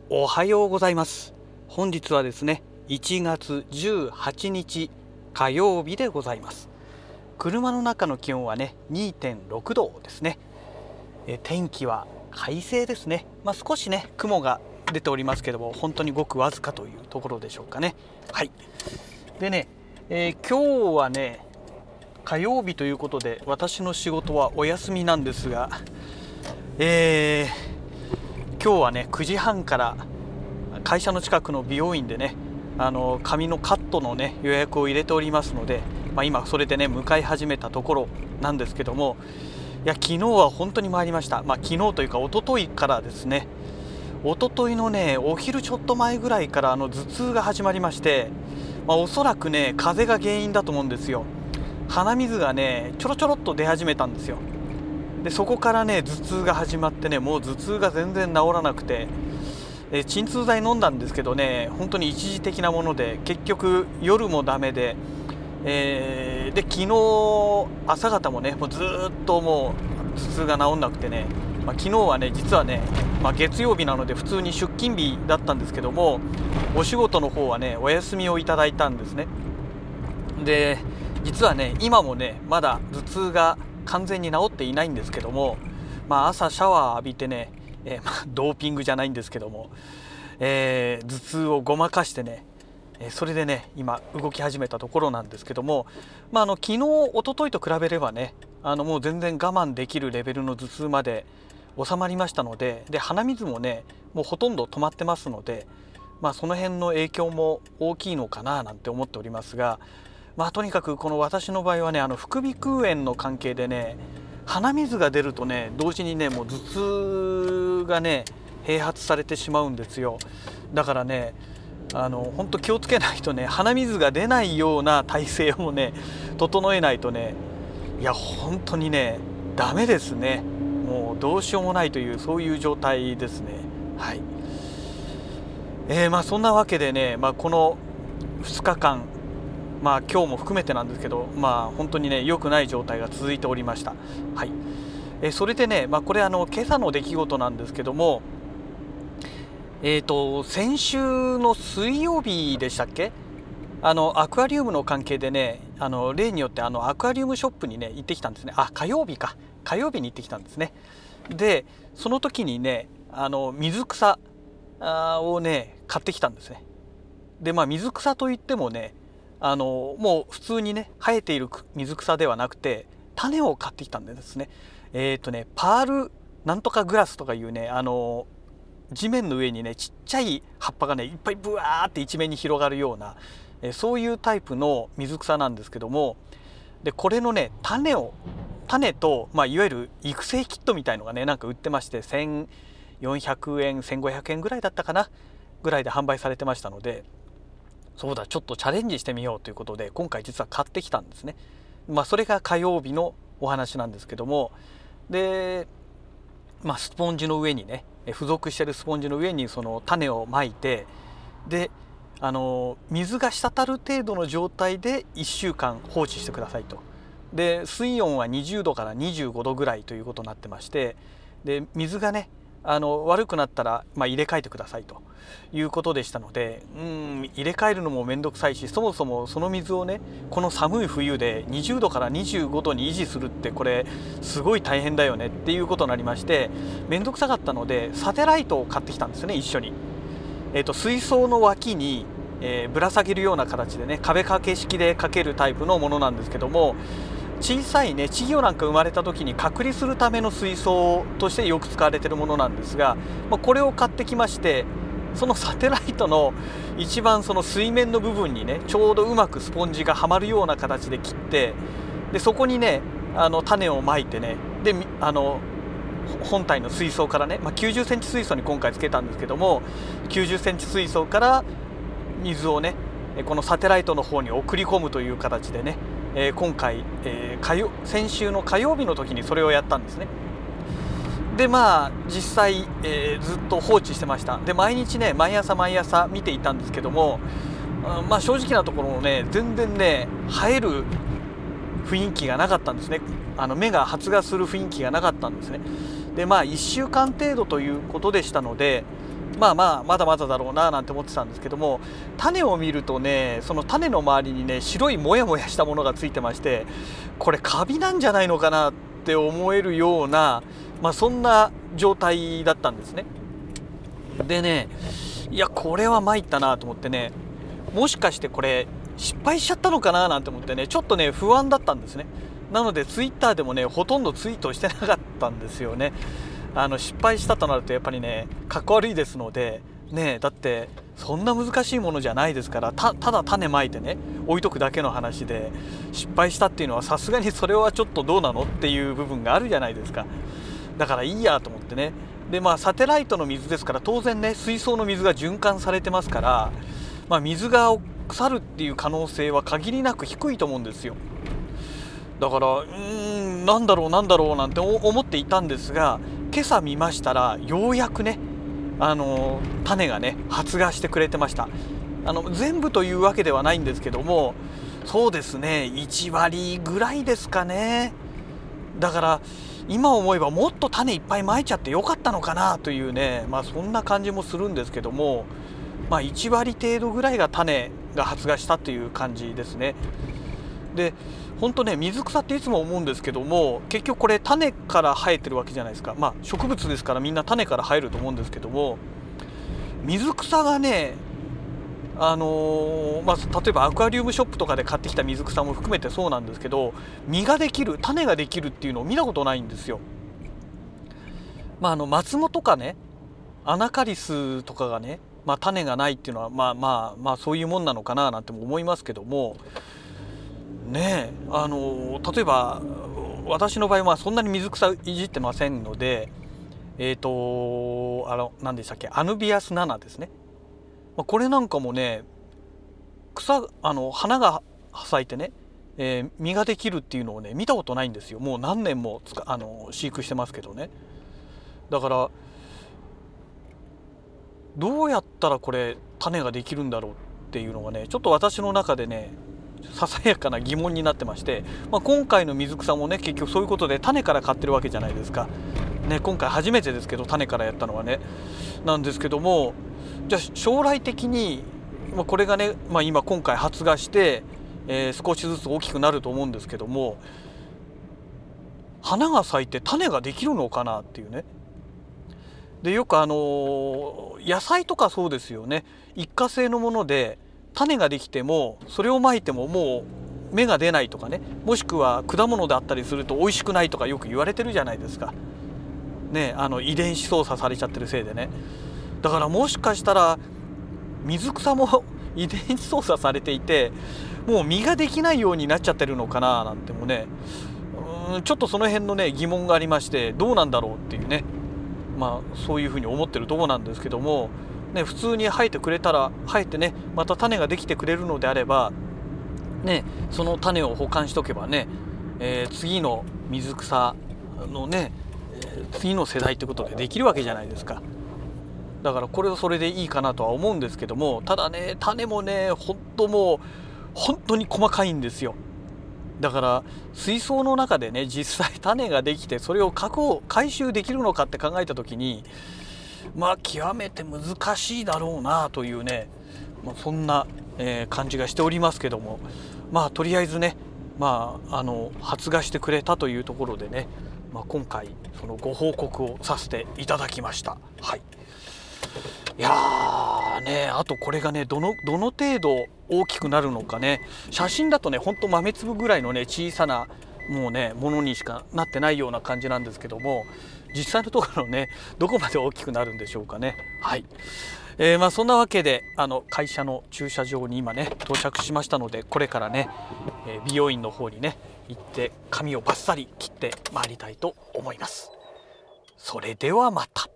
おはようございます。本日はですね、1月18日火曜日でございます。車の中の気温はね、2.6 度ですね。天気は快晴ですね。少しね、雲が出ておりますけども、本当にごくわずかというところでしょうかね。はい。でね、今日はね、火曜日ということで、私の仕事はお休みなんですが、今日はね9時半から会社の近くの美容院でね髪のカットのね予約を入れておりますので、今それでね向かい始めたところなんですけども、昨日は本当に参りました。昨日というか一昨日からですね、一昨日のねお昼ちょっと前ぐらいから頭痛が始まりまして、おそらくね風邪が原因だと思うんですよ。鼻水がねちょろちょろっと出始めたんですよ。でそこからね頭痛が始まってね、もう頭痛が全然治らなくて、鎮痛剤飲んだんですけどね、本当に一時的なもので結局夜もダメで、で昨日朝方もねもうずっともう頭痛が治んなくてね、昨日はね実はね、月曜日なので普通に出勤日だったんですけども、お仕事の方はねお休みをいただいたんですね。で実はね今もねまだ頭痛が完全に治っていないんですけども、朝シャワー浴びてね、ドーピングじゃないんですけども、頭痛をごまかしてね、それでね今動き始めたところなんですけども、昨日一昨日と比べればねもう全然我慢できるレベルの頭痛まで収まりましたので、鼻水もねもうほとんど止まってますので、その辺の影響も大きいのかななんて思っておりますが、とにかくこの私の場合はね副鼻腔炎の関係でね、鼻水が出るとね同時にねもう頭痛がね併発されてしまうんですよ。だからね本当気をつけないとね、鼻水が出ないような体勢をね整えないとね、本当にねダメですね。もうどうしようもないというそういう状態ですね。はい。そんなわけでね、この2日間今日も含めてなんですけど、本当にね良くない状態が続いておりました。はい。それでね、これ今朝の出来事なんですけども、先週の水曜日でしたっけ、アクアリウムの関係でね、例によってアクアリウムショップにね行ってきたんですね。火曜日に行ってきたんですね。でその時にね水草をね買ってきたんですね。で水草といってもねもう普通にね生えている水草ではなくて種を買ってきたんですね。パールなんとかグラスとかいうね地面の上にねちっちゃい葉っぱがねいっぱいブワーって一面に広がるような、そういうタイプの水草なんですけども、でこれのね種と、いわゆる育成キットみたいのがねなんか売ってまして、1400円1500円ぐらいだったかなぐらいで販売されてましたので、そうだちょっとチャレンジしてみようということで今回実は買ってきたんですね。それが火曜日のお話なんですけども、でスポンジの上にね付属してるスポンジの上にその種をまいて、で水が滴る程度の状態で1週間放置してくださいと。で水温は20度から25度ぐらいということになってまして、で水がね悪くなったら、入れ替えてくださいということでしたので、入れ替えるのもめんどくさいし、そもそもその水をねこの寒い冬で20度から25度に維持するってこれすごい大変だよねっていうことになりまして、めんどくさかったのでサテライトを買ってきたんですよね、一緒に。水槽の脇に、ぶら下げるような形でね壁掛け式でかけるタイプのものなんですけども、小さいね稚魚なんか生まれた時に隔離するための水槽としてよく使われているものなんですが、これを買ってきまして、そのサテライトの一番その水面の部分にねちょうどうまくスポンジがはまるような形で切って、でそこにね種をまいてね、で本体の水槽からね、90センチ水槽に今回つけたんですけども、90センチ水槽から水をねこのサテライトの方に送り込むという形でね、今回、先週の火曜日の時にそれをやったんですね。で実際、ずっと放置してました。で毎日ね毎朝見ていたんですけども、正直なところね全然ね生える雰囲気がなかったんですね。芽が発芽する雰囲気がなかったんですね。で1週間程度ということでしたので、 まだまだだろうななんて思ってたんですけども、種を見るとね、その種の周りにね白いモヤモヤしたものがついてまして、これカビなんじゃないのかなって思えるような、そんな状態だったんですね。でね、いやこれは参ったなと思ってね、もしかしてこれ失敗しちゃったのかななんて思ってね、ちょっとね不安だったんですね。なのでツイッターでもねほとんどツイートしてなかったんですよね。失敗したとなるとやっぱりねかっこ悪いですのでね、だってそんな難しいものじゃないですから、ただ種まいてね置いとくだけの話で、失敗したっていうのはさすがにそれはちょっとどうなのっていう部分があるじゃないですか。だからいいやと思ってね。でサテライトの水ですから当然ね水槽の水が循環されてますから、水が腐るっていう可能性は限りなく低いと思うんですよ。だからなんだろうなんて思っていたんですが、今朝見ましたらようやくね種がね発芽してくれてました。全部というわけではないんですけども、そうですね1割ぐらいですかね。だから今思えばもっと種いっぱいまいちゃってよかったのかなというね、そんな感じもするんですけども、1割程度ぐらいが種が発芽したという感じですね。で本当ね、水草っていつも思うんですけども、結局これ種から生えてるわけじゃないですか。植物ですからみんな種から生えると思うんですけども、水草がね例えばアクアリウムショップとかで買ってきた水草も含めてそうなんですけど、実ができる、種ができるっていうのを見たことないんですよ。松藻とかねアナカリスとかがね、種がないっていうのはそういうもんなのかななんても思いますけどもね、例えば私の場合はそんなに水草いじってませんので、何でしたっけ、アヌビアスナナですね。これなんかもね花が咲いてね、実ができるっていうのをね見たことないんですよ。もう何年も飼育してますけどね。だからどうやったらこれ種ができるんだろうっていうのがねちょっと私の中でねささやかな疑問になってまして、今回の水草もね結局そういうことで種から買ってるわけじゃないですかね。今回初めてですけど種からやったのはねなんですけども、じゃあ将来的に、これがね、今回発芽して、少しずつ大きくなると思うんですけども、花が咲いて種ができるのかなっていうね。でよく野菜とかそうですよね。一過性のもので種ができてもそれをまいてももう芽が出ないとかね、もしくは果物であったりすると美味しくないとかよく言われてるじゃないですかね。遺伝子操作されちゃってるせいでね。だからもしかしたら水草も遺伝子操作されていてもう実ができないようになっちゃってるのかななんてもね、ちょっとその辺のね疑問がありまして、どうなんだろうっていうね、そういうふうに思ってるところなんですけどもね、普通に生えてくれたら生えてねまた種ができてくれるのであればね、その種を保管しとけばね、次の水草のね、次の世代ってことでできるわけじゃないですか。だからこれはそれでいいかなとは思うんですけども、ただね種もね本当に細かいんですよ。だから水槽の中でね実際種ができてそれを回収できるのかって考えた時に極めて難しいだろうなというね、そんな、感じがしておりますけども、とりあえずね発芽してくれたというところでね、今回そのご報告をさせていただきました。はい。いやーね、あとこれがねどの程度大きくなるのかね、写真だとねほんと豆粒ぐらいのね小さなものにしかなってないような感じなんですけども、実際のところねどこまで大きくなるんでしょうかね。はい。そんなわけで会社の駐車場に今ね到着しましたので、これからね、美容院の方にね行って髪をバッサリ切ってまいりたいと思います。それではまた。